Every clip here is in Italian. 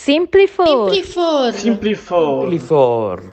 Simplifor. Simplifor. Simplifor. Simplifor.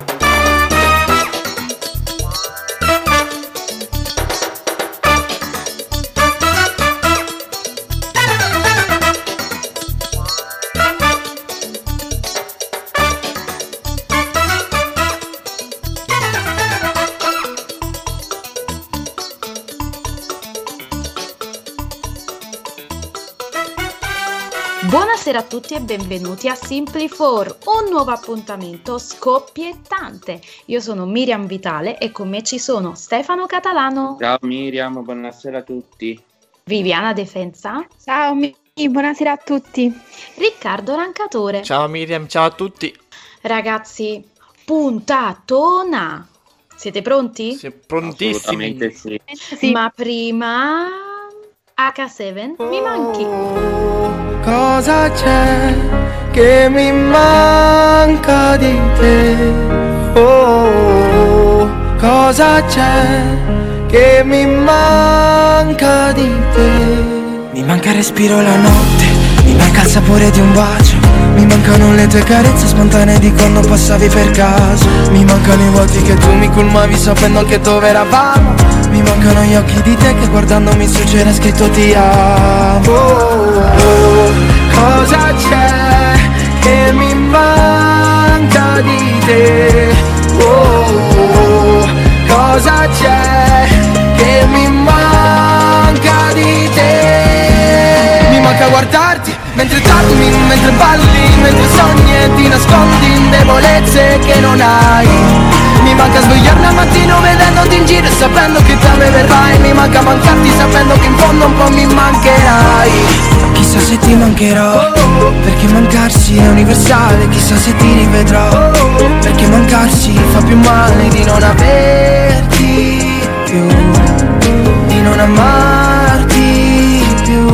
Buonasera a tutti e benvenuti a Simplifor, un nuovo appuntamento scoppiettante. Io sono Miriam Vitale e con me ci sono Stefano Catalano. Ciao Miriam, buonasera a tutti. Viviana Defensa. Ciao buonasera a tutti. Riccardo Rancatore. Ciao Miriam, ciao a tutti. Ragazzi, puntatona. Siete pronti? Sì, prontissimi. Assolutamente sì. Sì. Ma prima H7 mi manchi. Cosa c'è che mi manca di te? Oh, cosa c'è che mi manca di te? Mi manca il respiro la notte, mi manca il sapore di un bacio, mi mancano le tue carezze spontanee di quando passavi per caso, mi mancano i vuoti che tu mi colmavi sapendo anche dove eravamo, mi mancano gli occhi di te che guardandomi su c'era scritto ti amo. Oh, cosa c'è che mi manca di te? Oh, cosa c'è che mi manca di te? Mi manca guardarti mentre dormi, mentre balli, mentre sogni e ti nascondi in debolezze che non hai. Mi manca svegliarmi al mattino vedendoti in giro e sapendo che da me verrai. Mi manca mancarti sapendo che in fondo un po' mi mancherai. Chissà se ti mancherò, perché mancarsi è universale. Chissà se ti rivedrò, perché mancarsi fa più male di non averti più, di non amarti più.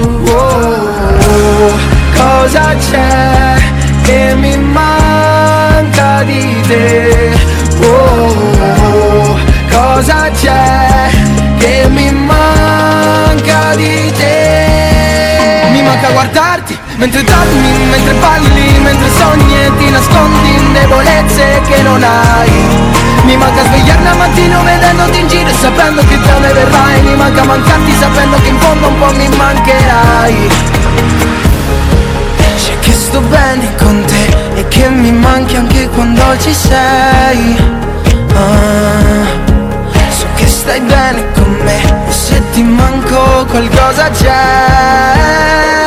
Oh, cosa c'è che mi manca di te? Oh, cosa c'è che mi manca di te? Mi manca guardarti mentre dormi, mentre balli, mentre sogni e ti nascondi in debolezze che non hai. Mi manca svegliarmi al mattino vedendoti in giro e sapendo che da me verrai. Mi manca mancarti sapendo che in fondo un po' mi mancherai. C'è che sto bene con te e che mi manchi anche quando ci sei. So che stai bene con me e se ti manco qualcosa c'è.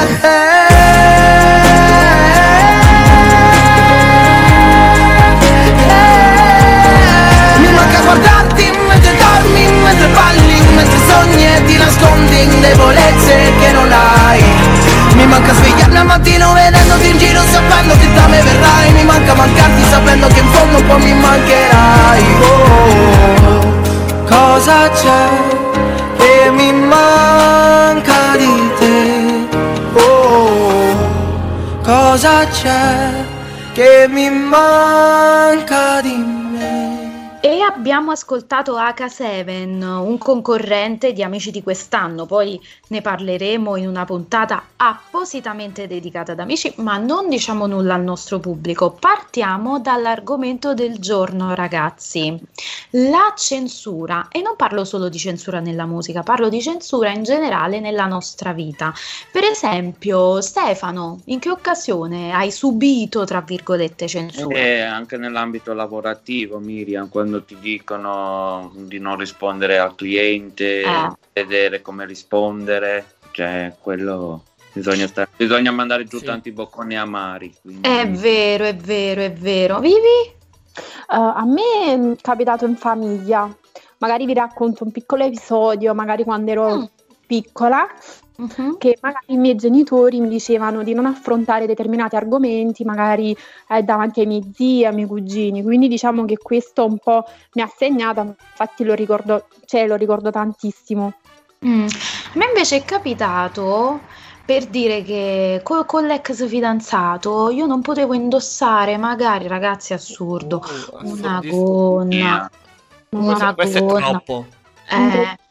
Mi manca guardarti mentre dormi, mentre balli, mentre sogni e ti nascondi in debolezze che non hai. Mi manca svegliarmi al mattino vedendoti in giro sapendo che da me verrai. Mi manca mancarti sapendo che in fondo un po' mi mancherai. Oh, cosa c'è che mi manca di te? Oh, cosa c'è che mi manca di me? E abbiamo ascoltato H7, un concorrente di Amici di quest'anno, poi ne parleremo in una puntata appositamente dedicata ad amici, ma non diciamo nulla al nostro pubblico. Partiamo dall'argomento del giorno, ragazzi. La censura, e non parlo solo di censura nella musica, parlo di censura in generale nella nostra vita. Per esempio, Stefano, in che occasione hai subito, tra virgolette, censura? Anche nell'ambito lavorativo, Miriam, quando ti dicono di non rispondere al cliente, vedere come rispondere, cioè quello bisogna mandare giù tanti bocconi amari. Quindi. È vero. Vivi? A me è capitato in famiglia. Magari vi racconto un piccolo episodio, magari quando ero piccola, che magari i miei genitori mi dicevano di non affrontare determinati argomenti, magari davanti ai miei zii, ai miei cugini, quindi diciamo che questo un po' mi ha segnata, infatti lo ricordo tantissimo. A me invece è capitato, per dire che con l'ex fidanzato io non potevo indossare, magari, ragazzi, assurdo, una gonna, Questo è troppo.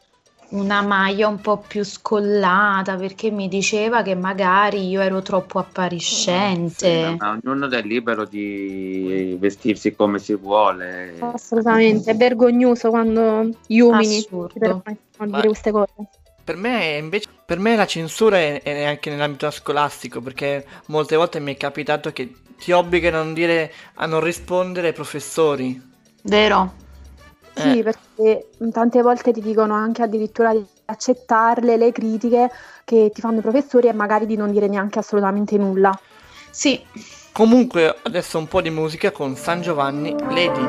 una maglia un po' più scollata, perché mi diceva che magari io ero troppo appariscente. Sì, ma ognuno è libero di vestirsi come si vuole. Assolutamente, è vergognoso quando gli uomini si permettono di dire queste cose. Per me la censura è anche nell'ambito scolastico, perché molte volte mi è capitato che ti obbligano a non rispondere ai professori. Vero? Sì, perché tante volte ti dicono anche addirittura di accettarle le critiche che ti fanno i professori e magari di non dire neanche assolutamente nulla. Sì. Comunque adesso un po' di musica con San Giovanni, Lady.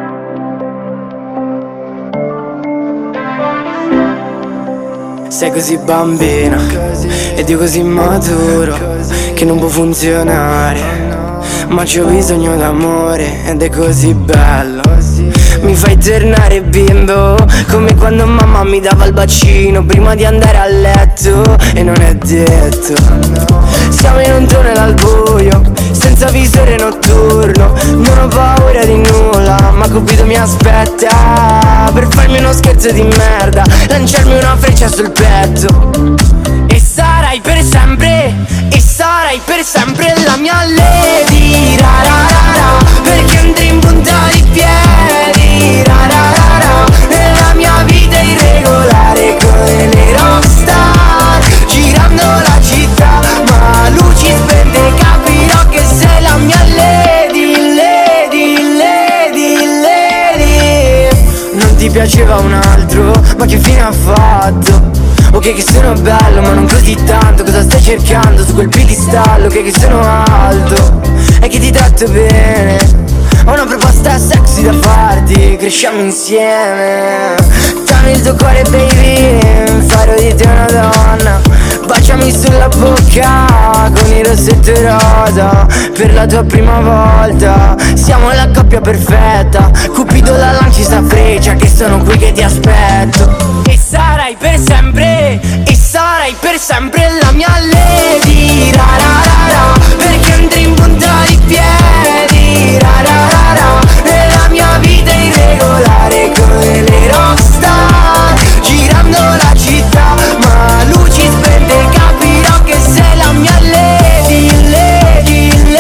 Sei così bambina ed io così maturo che non può funzionare, ma c'ho bisogno d'amore ed è così bello. Mi fai tornare bimbo, come quando mamma mi dava il bacino prima di andare a letto. E non è detto, siamo in un tunnel al buio, senza visore notturno. Non ho paura di nulla, ma Cupido mi aspetta per farmi uno scherzo di merda, lanciarmi una freccia sul petto. E sarai per sempre la mia lady, ra ra ra ra, perché andrei in punta di piedi, ra ra ra ra. Nella mia vita irregolare come le rockstar, girando la città, ma luci spente capirò che sei la mia lady, lady, lady, lady. Non ti piaceva un altro, ma che fine ha fatto? Ok che sono bello ma non così tanto, cosa stai cercando su quel piedistallo? Ok che sono alto e che ti tratto bene, ho una proposta sexy da farti, cresciamo insieme. Dammi il tuo cuore baby, farò di te una donna, baciami sulla bocca con il rossetto rosa, per la tua prima volta. Siamo la coppia perfetta, Cupido la lanci sta freccia che sono qui che ti aspetto. E sarai per sempre la mia lady, ra ra ra ra, perché andrei in punta di piedi, ra ra ra ra. Nella mia vita irregolare come le rockstar, girando la città, ma luci spente capirò che sei la mia lady, lady,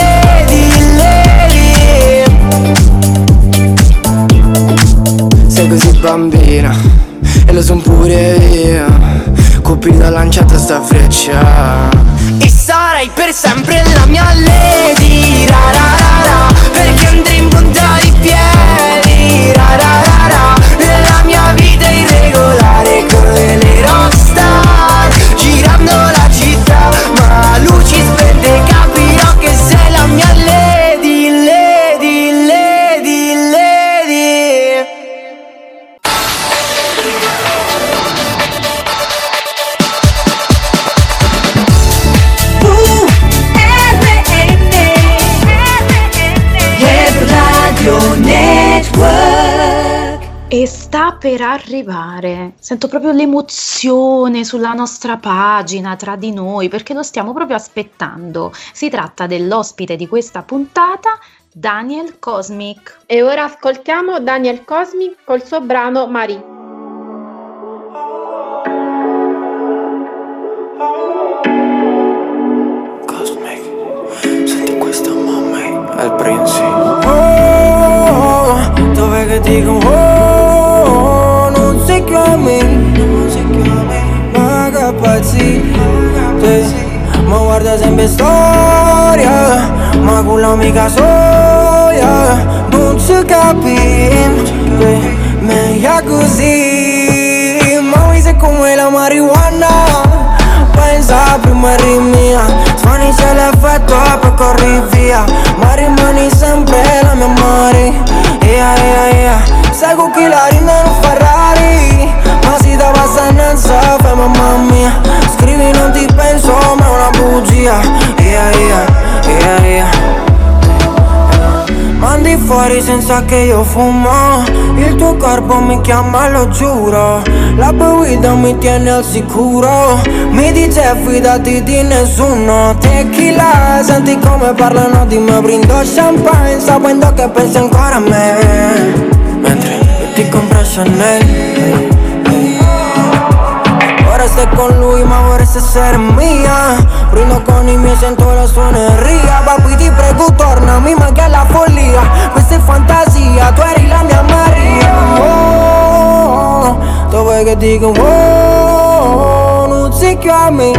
lady, lady. Sei così bambina e lo son pure io, Cupido ha lanciato sta freccia. E sarai per sempre la mia lady, ra ra ra ra, perché andrei in punta di piedi, ra ra ra ra. Nella mia vita irregolare come le rockstar, girando la città, ma luci spente capirò che sei la mia lady, lady, lady, lady. E sta per arrivare, sento proprio l'emozione sulla nostra pagina tra di noi, perché lo stiamo proprio aspettando. Si tratta dell'ospite di questa puntata, Daniel Cosmic. E ora ascoltiamo Daniel Cosmic col suo brano Marie. Cosmic, senti questa mamma al principio. Oh, dove che dico non si chiami, ma capazzi, ma guarda sempre storia, ma culo mica soia, non si capisce, meglio così, ma mi sei come la marijuana, pensa prima rimia, svanisce l'effetto e poi corri via, ma rimani sempre la mia Mari, sai con chi la rinda non Ferrari, ma si da passa nel sofa, mamma mia, scrivi non ti penso ma è una bugia, mandi fuori senza che io fumo, il tuo corpo mi chiama, lo giuro, la bevida mi tiene al sicuro, mi dice fidati di nessuno, tequila, senti come parlano di me, brindo champagne, sapendo che pensi ancora a me, mentre io ti compro Chanel, sei con lui ma vorresti essere mia. Brindo con i miei, sento la suoneria. Papi ti prego torna, mi manca la follia. Questa è fantasia, tu eri la mia Maria. Oh, dove che dico oh, non si chiami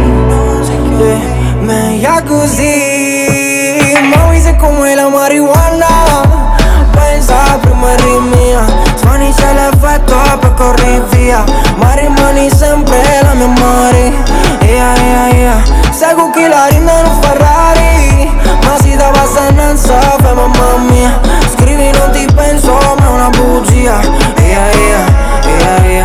meglio così. Ma mi sei come la marijuana. Pensa prima eri mia. Svanisce l'effetto per correre via. Ma rimani sempre la mia Mari. Yeah, yeah, yeah. Seguo che la rinda in un Ferrari. Ma si da basta e non so, mamma mia. Scrivi non ti penso, ma è una bugia. Yeah, yeah, yeah, yeah.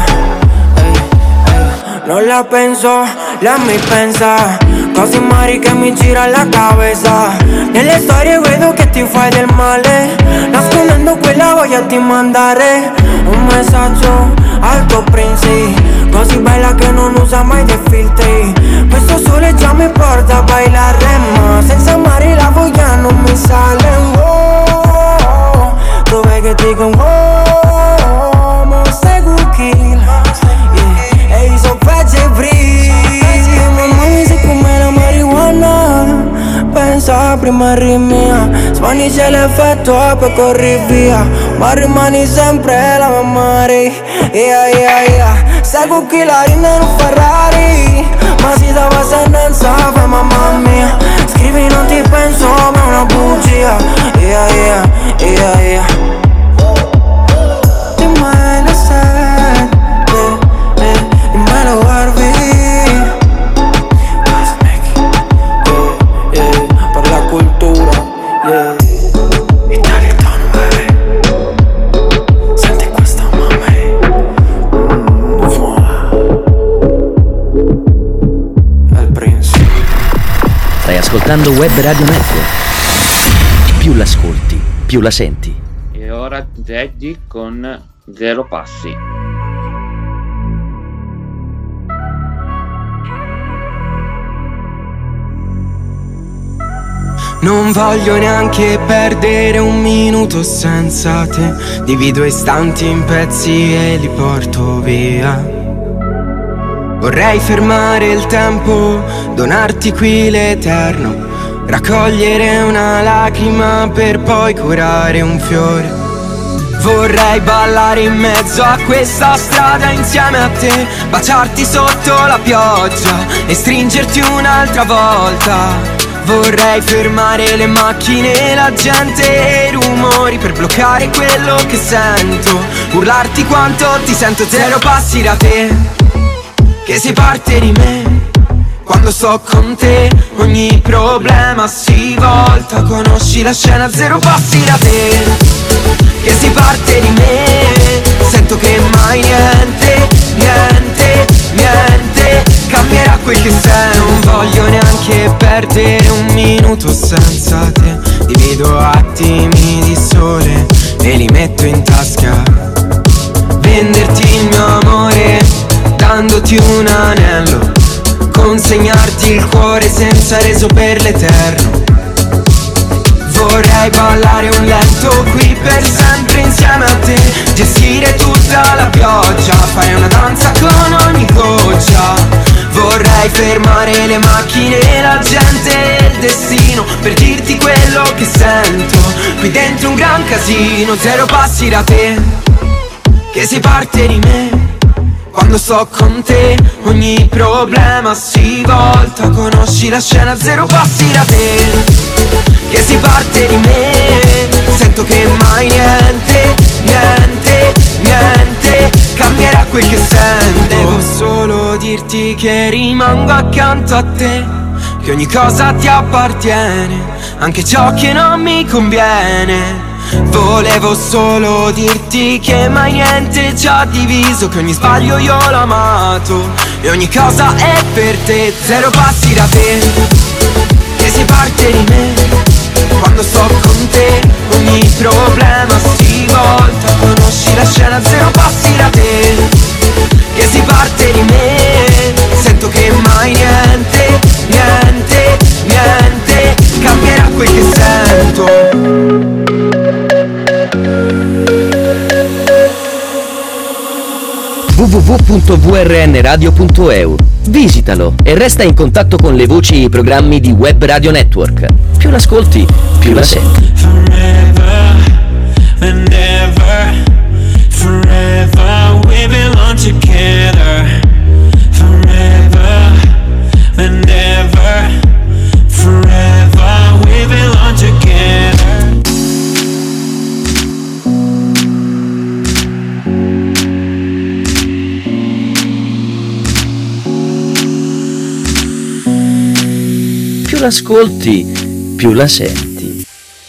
Non la penso, lei mi pensa. Così mari che mi gira la cabeza. Nelle storie vedo che ti fai del male, nascondendo quella voglia di mandare un messaggio al tuo prince. Così bella che non usa mai dei filtri. Questo sole già mi porta a bailare, ma senza mare la voglia non mi sale. Oh, dov'è che dico oh, ma seguo kill. Yeah. E io so facce brille. Mamma mi sei come la marijuana. Pensa prima eri mia. Svanisce l'effetto per corri via. Ma rimani sempre la mia Mari. Yeah, yeah, yeah. Seguo chi la rinda in un Ferrari. Ma si dava se non sa, mamma mia. Scrivi non ti penso, ma è una bugia. Yeah, yeah, yeah, yeah. Dimmelo se, dimmelo Harvey. Per la cultura, yeah. Italia Town, senti questa mame. Al Prince. Stai ascoltando Web Radio Network. Più l'ascolti, più la senti. E ora Daddy con Zero Passi. Non voglio neanche perdere un minuto senza te. Divido istanti in pezzi e li porto via. Vorrei fermare il tempo, donarti qui l'eterno. Raccogliere una lacrima per poi curare un fiore. Vorrei ballare in mezzo a questa strada insieme a te. Baciarti sotto la pioggia e stringerti un'altra volta. Vorrei fermare le macchine, la gente e i rumori per bloccare quello che sento. Urlarti quanto ti sento. Zero passi da te, che sei parte di me. Quando sto con te ogni problema si volta. Conosci la scena, zero passi da te, che sei parte di me. Sento che mai niente, niente, niente cambierà quel che sei. Non voglio neanche perdere un minuto senza te. Divido attimi di sole e li metto in tasca. Venderti il mio amore, dandoti un anello. Consegnarti il cuore senza reso per l'eterno. Vorrei ballare un letto qui per sempre insieme a te. Gestire tutta la pioggia, fare una danza con ogni goccia. Vorrei fermare le macchine, la gente e il destino per dirti quello che sento. Qui dentro un gran casino, zero passi da te, che sei parte di me. Quando sto con te ogni problema si volta. Conosci la scena, zero passi da te, che si parte di me. Sento che mai niente, niente, niente cambierà quel che sento. Devo solo dirti che rimango accanto a te, che ogni cosa ti appartiene, anche ciò che non mi conviene. Volevo solo dirti che mai niente ci ha diviso, che ogni sbaglio io l'ho amato e ogni cosa è per te. Zero passi da te, che sei parte di me. Quando sto con te ogni problema si volta. Conosci la scena, zero passi da te, che sei parte di me. Sento che mai niente, niente, niente cambierà quel che sento. www.vrnradio.eu. Visitalo e resta in contatto con le voci e i programmi di Web Radio Network. Più l'ascolti, più la senti. Forever and ever, forever we belong together. Forever and ever, forever we belong together. Più l'ascolti, più la senti.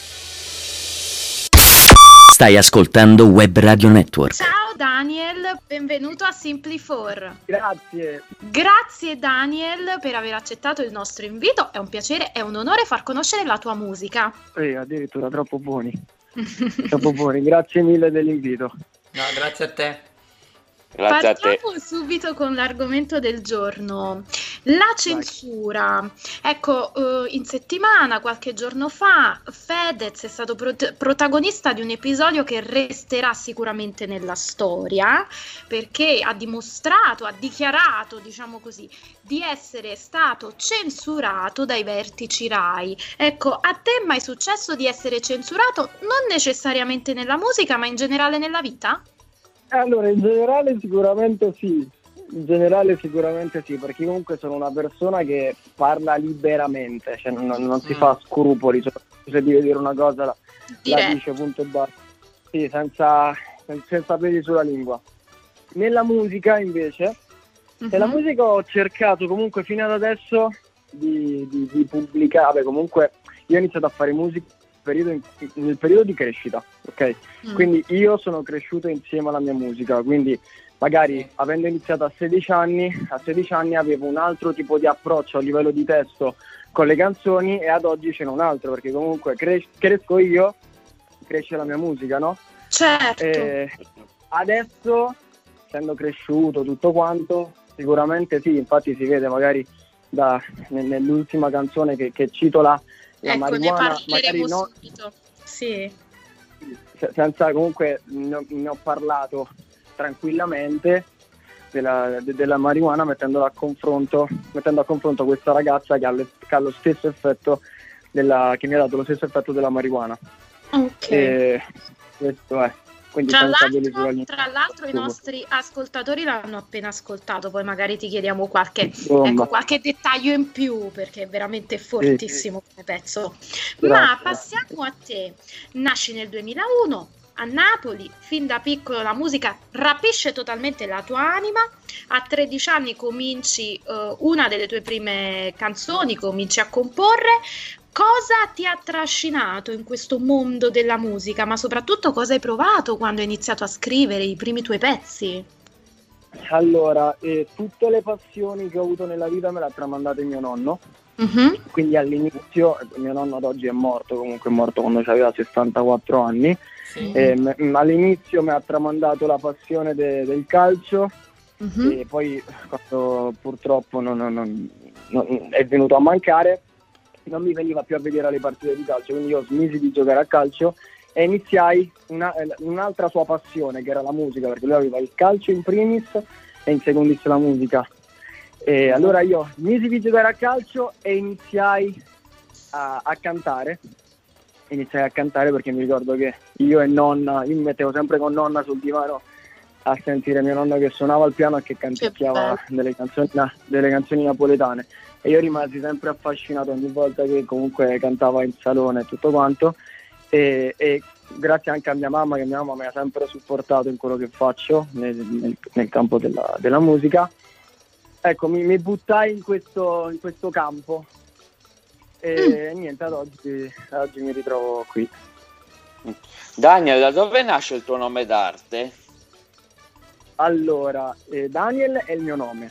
Stai ascoltando Web Radio Network. Ciao Daniel, benvenuto a Simply4. Grazie. Grazie Daniel per aver accettato il nostro invito, è un piacere, è un onore far conoscere la tua musica. Addirittura troppo buoni. Troppo buoni, grazie mille dell'invito. No, grazie a te. Grazie a te. Partiamo subito con l'argomento del giorno, la censura. Ecco, in settimana, qualche giorno fa, Fedez è stato protagonista di un episodio che resterà sicuramente nella storia, perché ha dichiarato, diciamo così, di essere stato censurato dai vertici Rai. Ecco, a te è mai successo di essere censurato, non necessariamente nella musica, ma in generale nella vita? Allora, in generale sicuramente sì, perché comunque sono una persona che parla liberamente, cioè non si fa scrupoli, cioè, se deve dire una cosa la dice, punto e basta, sì, senza peli sulla lingua. Nella musica invece, nella musica ho cercato comunque fino ad adesso di pubblicare, comunque io ho iniziato a fare musica nel periodo di crescita, ok? Quindi io sono cresciuto insieme alla mia musica, quindi magari avendo iniziato a 16 anni avevo un altro tipo di approccio a livello di testo con le canzoni, e ad oggi ce n'è un altro, perché comunque cresco io, cresce la mia musica, no? Certo. Adesso, essendo cresciuto tutto quanto, sicuramente sì, infatti si vede magari nell'ultima canzone che cito la marijuana, magari no, subito. Sì. Senza, comunque ne ho parlato tranquillamente della marijuana, mettendo a confronto questa ragazza che ha lo stesso effetto che mi ha dato lo stesso effetto della marijuana. Ok. Questo è. Quindi Tra l'altro i nostri ascoltatori l'hanno appena ascoltato, poi magari ti chiediamo qualche dettaglio in più, perché è veramente fortissimo come pezzo. Grazie. Ma passiamo a te. Nasci nel 2001 a Napoli, fin da piccolo la musica rapisce totalmente la tua anima. A 13 anni cominci una delle tue prime canzoni, cominci a comporre. Cosa ti ha trascinato in questo mondo della musica, ma soprattutto cosa hai provato quando hai iniziato a scrivere i primi tuoi pezzi? Allora, tutte le passioni che ho avuto nella vita me le ha tramandate mio nonno. Quindi all'inizio, mio nonno ad oggi è morto, comunque è morto quando aveva 64 anni. Sì. All'inizio mi ha tramandato la passione del calcio, e poi quando purtroppo non è venuto a mancare, non mi veniva più a vedere le partite di calcio, quindi io smisi di giocare a calcio e iniziai un'altra sua passione, che era la musica, perché lui aveva il calcio in primis e in secondis la musica. E allora io smisi di giocare a calcio e iniziai a cantare. Iniziai a cantare perché mi ricordo che io mi mettevo sempre con nonna sul divano a sentire mio nonno che suonava il piano e che canticchiava delle canzoni napoletane, e io rimasi sempre affascinato ogni volta che comunque cantava in salone e tutto quanto, e grazie anche a mia mamma, che mia mamma mi ha sempre supportato in quello che faccio nel campo della musica. Ecco, mi buttai in questo campo e niente, ad oggi mi ritrovo qui. Daniel, da dove nasce il tuo nome d'arte? Allora, Daniel è il mio nome.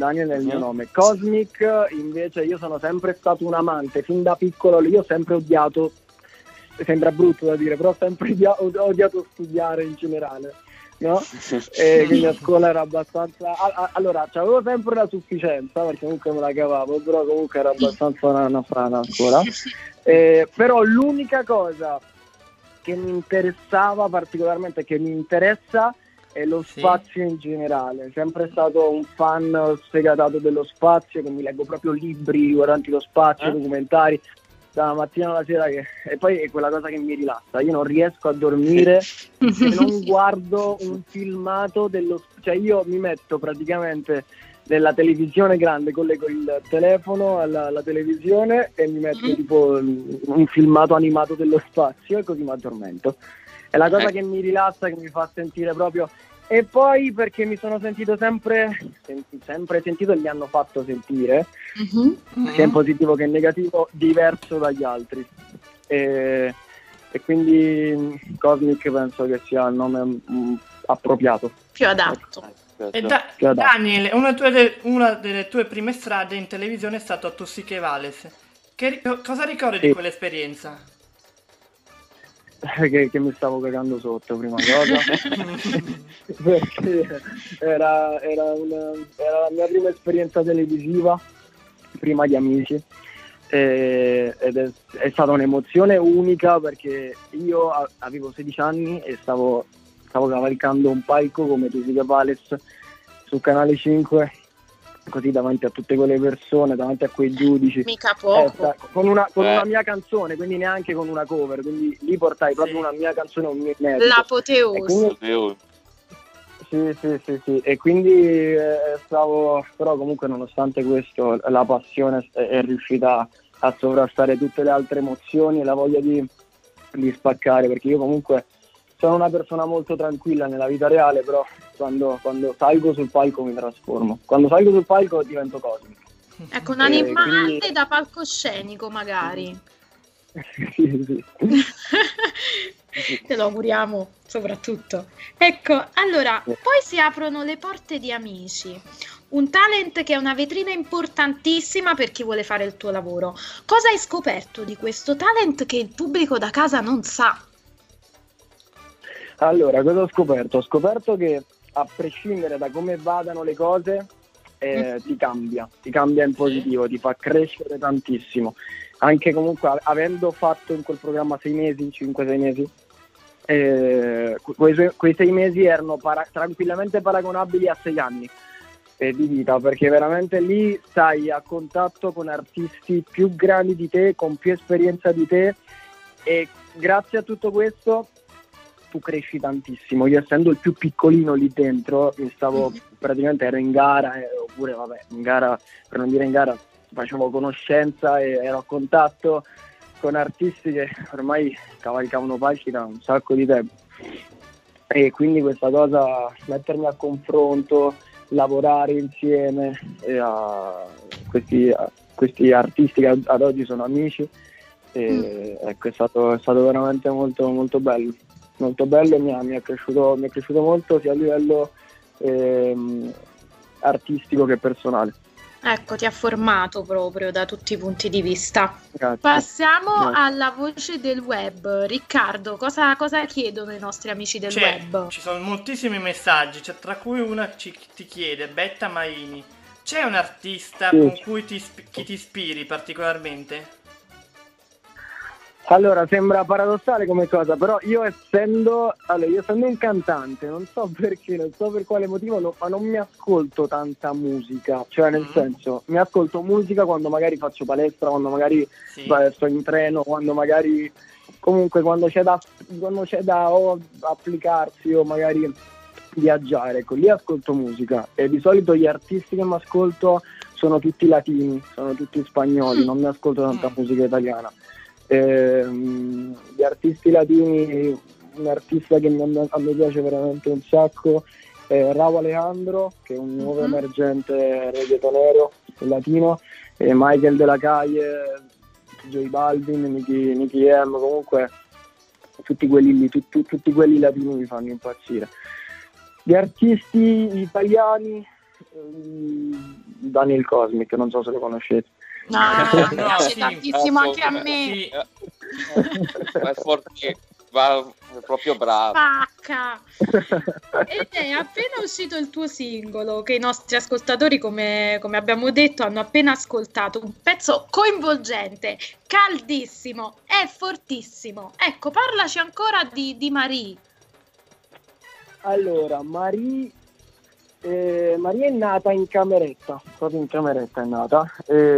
Cosmic invece, io sono sempre stato un amante fin da piccolo, io ho sempre odiato, sembra brutto da dire, però ho sempre odiato studiare in generale, no? E quindi a scuola era abbastanza, allora c'avevo sempre la sufficienza perché comunque me la cavavo, però comunque era abbastanza una frana a scuola. Però l'unica cosa che mi interessava particolarmente, che mi interessa, e lo spazio in generale. Sempre stato un fan sfegatato dello spazio, che mi leggo proprio libri riguardanti lo spazio, documentari dalla mattina alla sera, e poi è quella cosa che mi rilassa. Io non riesco a dormire se non guardo un filmato cioè io mi metto praticamente nella televisione grande, collego il telefono alla televisione e mi metto tipo un filmato animato dello spazio e così mi addormento. È la cosa che mi rilassa, che mi fa sentire proprio. E poi perché mi sono sentito sempre sentito e mi hanno fatto sentire, sia in positivo che in negativo, diverso dagli altri. E quindi Cosmic penso che sia il nome appropriato. Più adatto. E Daniel, una delle tue prime strade in televisione è stato a Tossiche Vales. Cosa ricordi di quell'esperienza? Che mi stavo cagando sotto, prima cosa. Perché era la mia prima esperienza televisiva prima di Amici, ed è stata un'emozione unica, perché io avevo 16 anni e stavo cavalcando un palco come Tossiche Vales su Canale 5, così davanti a tutte quelle persone, davanti a quei giudici, mica poco, con una mia canzone, quindi neanche con una cover, quindi lì portai proprio una mia canzone, un mio inedito, l'apoteosi. Sì, e quindi però comunque nonostante questo la passione è riuscita a sovrastare tutte le altre emozioni e la voglia di spaccare, perché io comunque sono una persona molto tranquilla nella vita reale, però quando salgo sul palco mi trasformo. Quando salgo sul palco divento Cosmic. Ecco, un animale quindi da palcoscenico magari. Sì. Te lo auguriamo soprattutto. Ecco, allora, poi si aprono le porte di Amici. Un talent che è una vetrina importantissima per chi vuole fare il tuo lavoro. Cosa hai scoperto di questo talent che il pubblico da casa non sa? Allora, cosa ho scoperto? Ho scoperto che a prescindere da come vadano le cose, ti cambia in positivo, ti fa crescere tantissimo. Anche comunque avendo fatto in quel programma 6 mesi, 5-6 mesi, quei 6 mesi erano tranquillamente paragonabili a 6 anni di vita, perché veramente lì stai a contatto con artisti più grandi di te, con più esperienza di te, e grazie a tutto questo tu cresci tantissimo. Io essendo il più piccolino lì dentro, praticamente ero in gara, oppure in gara, per non dire in gara, facevo conoscenza e ero a contatto con artisti che ormai cavalcavano palchi da un sacco di tempo, e quindi questa cosa, mettermi a confronto, lavorare insieme a questi artisti che ad oggi sono amici, ecco, è stato veramente molto molto bello. Molto bello, mi è cresciuto molto sia a livello artistico che personale. Ecco, ti ha formato proprio da tutti i punti di vista. Grazie. Passiamo alla voce del web. Riccardo, cosa chiedono i nostri amici del web? Ci sono moltissimi messaggi, tra cui una ti chiede, Betta Maini, c'è un artista con cui ti ispiri particolarmente? Allora, sembra paradossale come cosa, però io essendo un cantante, non so perché, non so per quale motivo, ma non mi ascolto tanta musica, cioè nel senso, mi ascolto musica quando magari faccio palestra, quando magari sto in treno, quando magari comunque quando c'è da applicarsi o magari viaggiare, ecco, lì ascolto musica, e di solito gli artisti che mi ascolto sono tutti latini, sono tutti spagnoli, non mi ascolto tanta musica italiana. Gli artisti latini, un artista che a me piace veramente un sacco è Rauw Alejandro, che è un nuovo emergente reggaetonero latino, e Michael De La Calle, J Balvin, Nicky M, comunque tutti quelli lì, tutti quelli latini mi fanno impazzire. Gli artisti italiani, Daniel Cosmic, non so se lo conoscete. No, piace tantissimo anche a me. È forte, va proprio bravo. Spacca. Ed è appena uscito il tuo singolo, che i nostri ascoltatori, come abbiamo detto, hanno appena ascoltato. Un pezzo coinvolgente, caldissimo, è fortissimo. Ecco, parlaci ancora di Marie. Allora, Maria è nata in cameretta, proprio in cameretta è nata.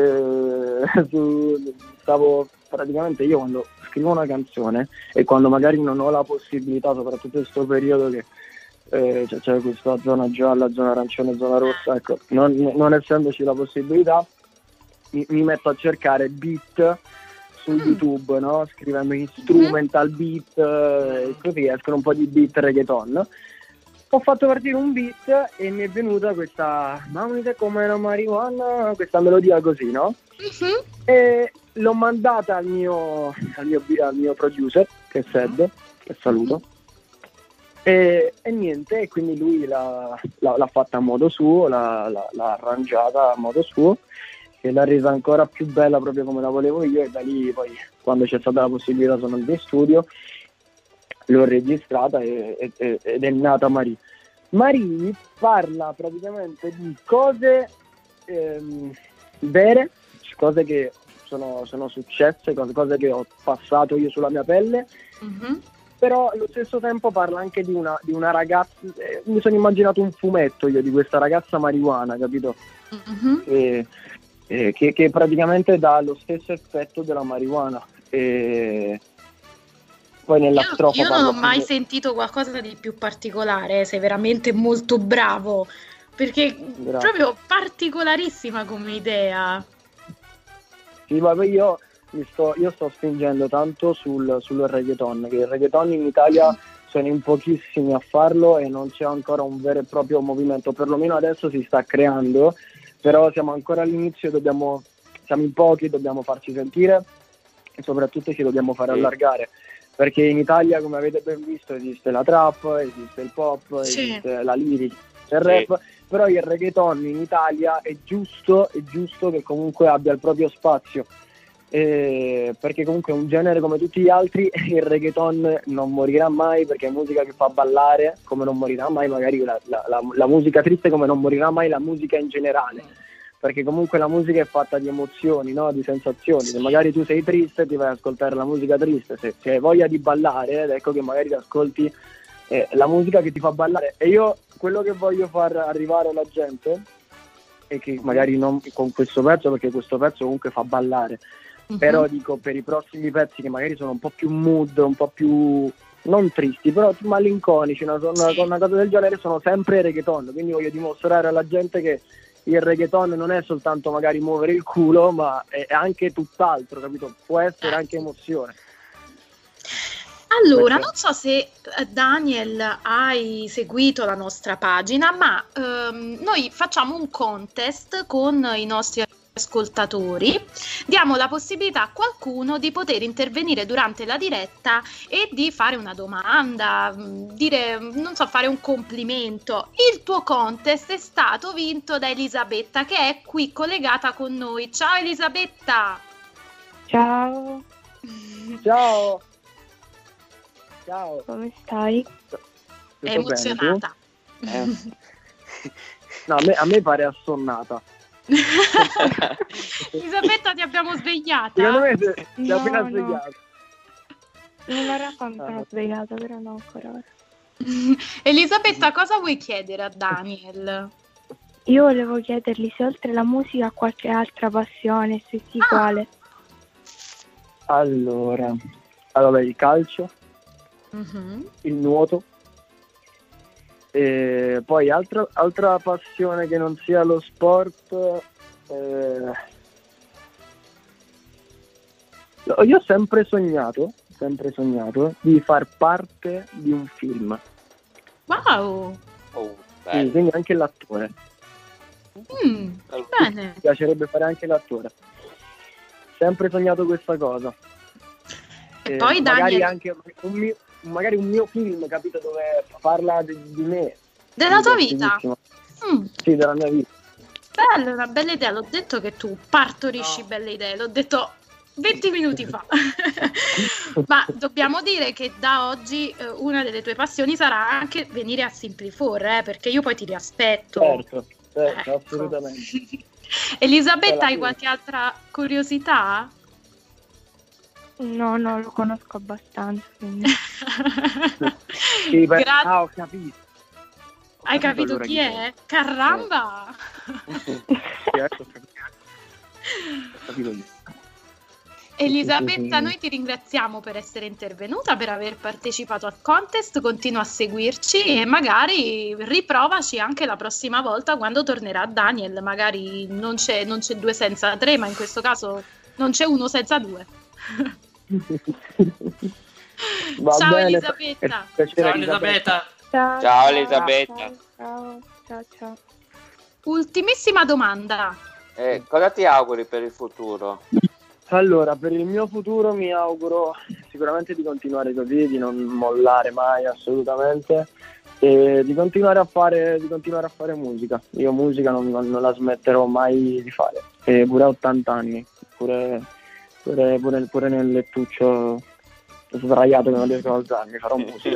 Stavo praticamente, io quando scrivo una canzone e quando magari non ho la possibilità, soprattutto in questo periodo che c'è questa zona gialla, zona arancione, zona rossa, ecco, non essendoci la possibilità, mi metto a cercare beat su YouTube, no? Scrivendo instrumental beat, così escono un po' di beat reggaeton. Ho fatto partire un beat e mi è venuta questa mamma come una marijuana, questa melodia così, no? E l'ho mandata al mio producer, che è Sed, che saluto. E niente, e quindi lui l'ha fatta a modo suo, l'ha arrangiata a modo suo e l'ha resa ancora più bella proprio come la volevo io, e da lì poi quando c'è stata la possibilità sono andato in studio, l'ho registrata ed è nata Marie. Marie parla praticamente di cose vere, cose che sono successe, cose che ho passato io sulla mia pelle, però allo stesso tempo parla anche di una ragazza, mi sono immaginato un fumetto io di questa ragazza marijuana, capito? Che praticamente dà lo stesso effetto della marijuana. E poi nella strofa io non ho mai sentito qualcosa di più particolare, sei veramente molto bravo, perché proprio particolarissima come idea. Sì, ma poi io sto spingendo tanto sul reggaeton, che il reggaeton in Italia sono in pochissimi a farlo e non c'è ancora un vero e proprio movimento, perlomeno adesso si sta creando, però siamo ancora all'inizio, siamo in pochi, dobbiamo farci sentire e soprattutto ci dobbiamo fare allargare, perché in Italia, come avete ben visto, esiste la trap, esiste il pop, esiste la lyric, il rap, però il reggaeton in Italia è giusto che comunque abbia il proprio spazio, perché comunque è un genere come tutti gli altri, il reggaeton non morirà mai perché è musica che fa ballare, come non morirà mai magari la musica triste, come non morirà mai la musica in generale, perché comunque la musica è fatta di emozioni, no? Di sensazioni. Se magari tu sei triste ti vai ad ascoltare la musica triste, se hai voglia di ballare, ecco che magari ti ascolti la musica che ti fa ballare. E io quello che voglio far arrivare alla gente è che magari non con questo pezzo, perché questo pezzo comunque fa ballare, però dico per i prossimi pezzi che magari sono un po' più mood, un po' più non tristi, però malinconici, una cosa del genere, sono sempre reggaeton, quindi voglio dimostrare alla gente che il reggaeton non è soltanto magari muovere il culo, ma è anche tutt'altro, capito? Può essere anche emozione. Allora, non so se Daniel hai seguito la nostra pagina, ma noi facciamo un contest con i nostri ascoltatori, diamo la possibilità a qualcuno di poter intervenire durante la diretta e di fare una domanda, dire, non so, fare un complimento. Il tuo contest è stato vinto da Elisabetta, che è qui collegata con noi. Ciao Elisabetta! Ciao! Ciao! Ciao! Come stai? È emozionata. No, a me pare assonnata. Elisabetta, ti abbiamo svegliata? Secondo me ti ho appena svegliata. Non vorrà quando sono svegliata, però no, ancora ora. Elisabetta, cosa vuoi chiedere a Daniel? Io volevo chiedergli se oltre la musica ha qualche altra passione, se sì, quale. Allora, il calcio, il nuoto. E poi altra passione che non sia lo sport, io ho sempre sognato di far parte di un film. Wow! Sì, quindi anche l'attore. Bene. Mi piacerebbe fare anche l'attore. Sempre sognato questa cosa. E poi magari Daniel, anche magari un mio film, capito, dove parla di me. della tua vita? Sì, della mia vita. Bella, una bella idea. L'ho detto che tu partorisci belle idee. L'ho detto 20 minuti fa. Ma dobbiamo dire che da oggi una delle tue passioni sarà anche venire a Simply4, perché io poi ti riaspetto. Certo, Ecco. assolutamente. Elisabetta, hai qualche altra curiosità? No, lo conosco abbastanza. Quindi. Sì, ho capito. Hai capito chi è? Caramba! Elisabetta, noi ti ringraziamo per essere intervenuta, per aver partecipato al contest, continua a seguirci e magari riprovaci anche la prossima volta quando tornerà Daniel, magari non c'è 2 senza 3, ma in questo caso non c'è 1 senza 2. Ciao bene. Elisabetta. Ciao Elisabetta. Ciao Elisabetta. Ciao. Ultimissima domanda. Cosa ti auguri per il futuro? Allora, per il mio futuro mi auguro sicuramente di continuare così, di non mollare mai assolutamente e di continuare a fare musica. Io musica non la smetterò mai di fare. E pure a 80 anni, pure nel lettuccio sdraiato che non riesco ad alzarmi, farò musica.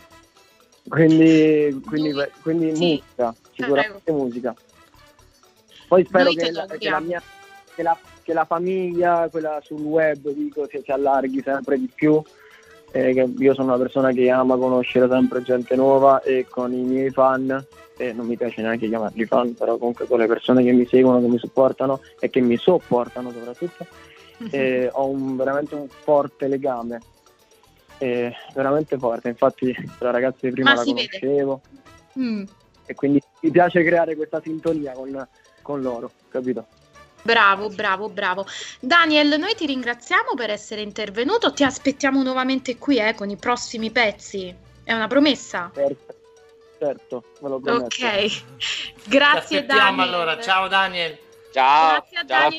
Quindi musica, sicuramente musica. Poi spero che la famiglia, quella sul web, dico, si allarghi sempre di più. Che io sono una persona che ama conoscere sempre gente nuova e con i miei fan, e non mi piace neanche chiamarli fan, però comunque con le persone che mi seguono, che mi supportano e che mi sopportano soprattutto, ho veramente un forte legame. Veramente forte, infatti la ragazza di prima la conoscevo e quindi mi piace creare questa sintonia con loro, capito? Bravo. Daniel, noi ti ringraziamo per essere intervenuto, ti aspettiamo nuovamente qui con i prossimi pezzi, è una promessa? Certo, me lo prometto. Ok, grazie Daniel. Allora, ciao Daniel. Ciao. Grazie a Daniel.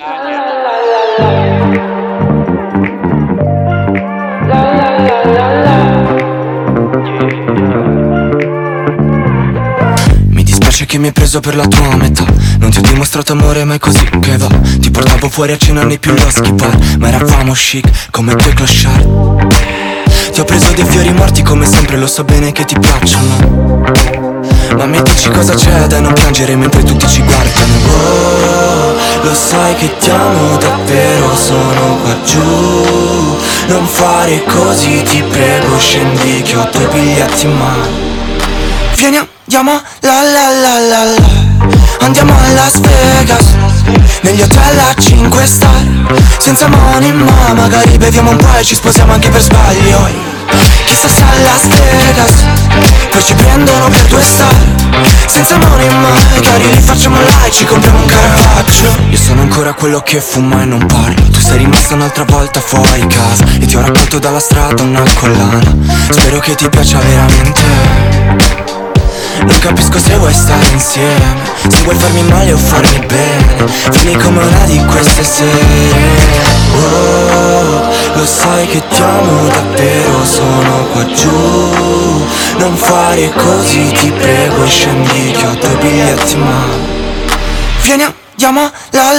Mi dispiace che mi hai preso per la tua metà. Non ti ho dimostrato amore mai così che va. Ti portavo fuori a cena nei più loschi bar, ma eravamo chic come quei clochard. Ti ho preso dei fiori morti come sempre, lo so bene che ti piacciono, ma mi dici cosa c'è da non piangere mentre tutti ci guardano. Oh, lo sai che ti amo davvero, sono qua giù. Non fare così, ti prego, scendi che ho 2 biglietti in mano. Vieni, andiamo andiamo a Las Vegas, negli hotel a 5 star, senza money ma magari beviamo un po' e ci sposiamo anche per sbaglio. Chissà se a Las Vegas poi ci prendono per 2 star, senza money ma magari li facciamo là e ci compriamo un Caravaggio. Io sono ancora quello che fuma e non parlo, tu sei rimasta un'altra volta fuori casa e ti ho raccolto dalla strada una collana. Spero che ti piaccia veramente. Non capisco se vuoi stare insieme, se vuoi farmi male o farmi bene. Vieni come una di queste sere. Oh, lo sai che ti amo davvero, sono qua giù. Non fare così, ti prego, scendi che ho 2 biglietti in mano. Vieni, andiamo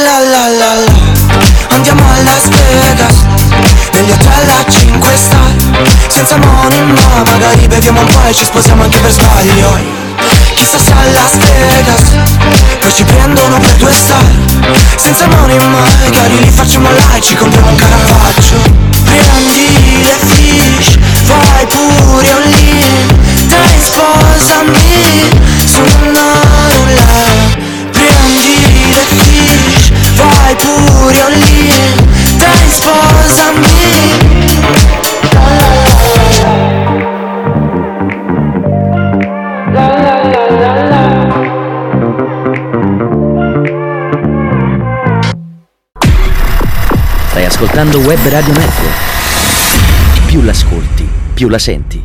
andiamo a Las Vegas, negli hotel a 5 star, senza money ma magari beviamo un po' e ci sposiamo anche per sbaglio. Chissà se a Las Vegas poi ci prendono per 2 star, senza money magari li facciamo là e ci compriamo un Caravaggio. Prendi le fish, vai pure all in, dai sposami, sono là. Prendi le fish, vai pure all in, dai sposami. Stai ascoltando Web Radio Network. Più l'ascolti, più la senti.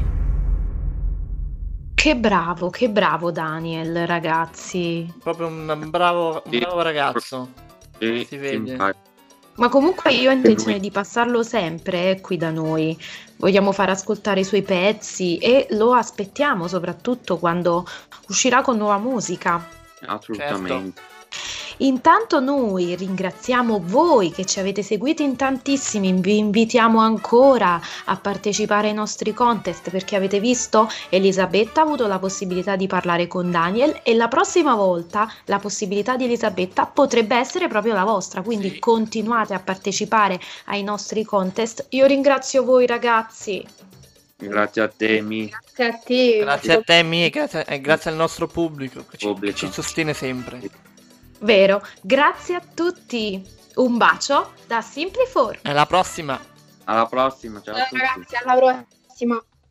Che bravo Daniel, ragazzi. Proprio un bravo ragazzo. Sì, si vede. Ma comunque io ho intenzione di passarlo sempre qui da noi. Vogliamo far ascoltare i suoi pezzi e lo aspettiamo soprattutto quando uscirà con nuova musica. Assolutamente. Certo. Intanto noi ringraziamo voi che ci avete seguiti in tantissimi, vi invitiamo ancora a partecipare ai nostri contest perché avete visto Elisabetta ha avuto la possibilità di parlare con Daniel e la prossima volta la possibilità di Elisabetta potrebbe essere proprio la vostra, quindi continuate a partecipare ai nostri contest. Io ringrazio voi ragazzi. Grazie a te, Mi. Grazie a te. Grazie a te, Mi, e grazie al nostro pubblico che ci sostiene sempre. Vero, grazie a tutti. Un bacio da Simply4. Alla prossima. Alla prossima, ciao a tutti. Ragazzi, alla prossima.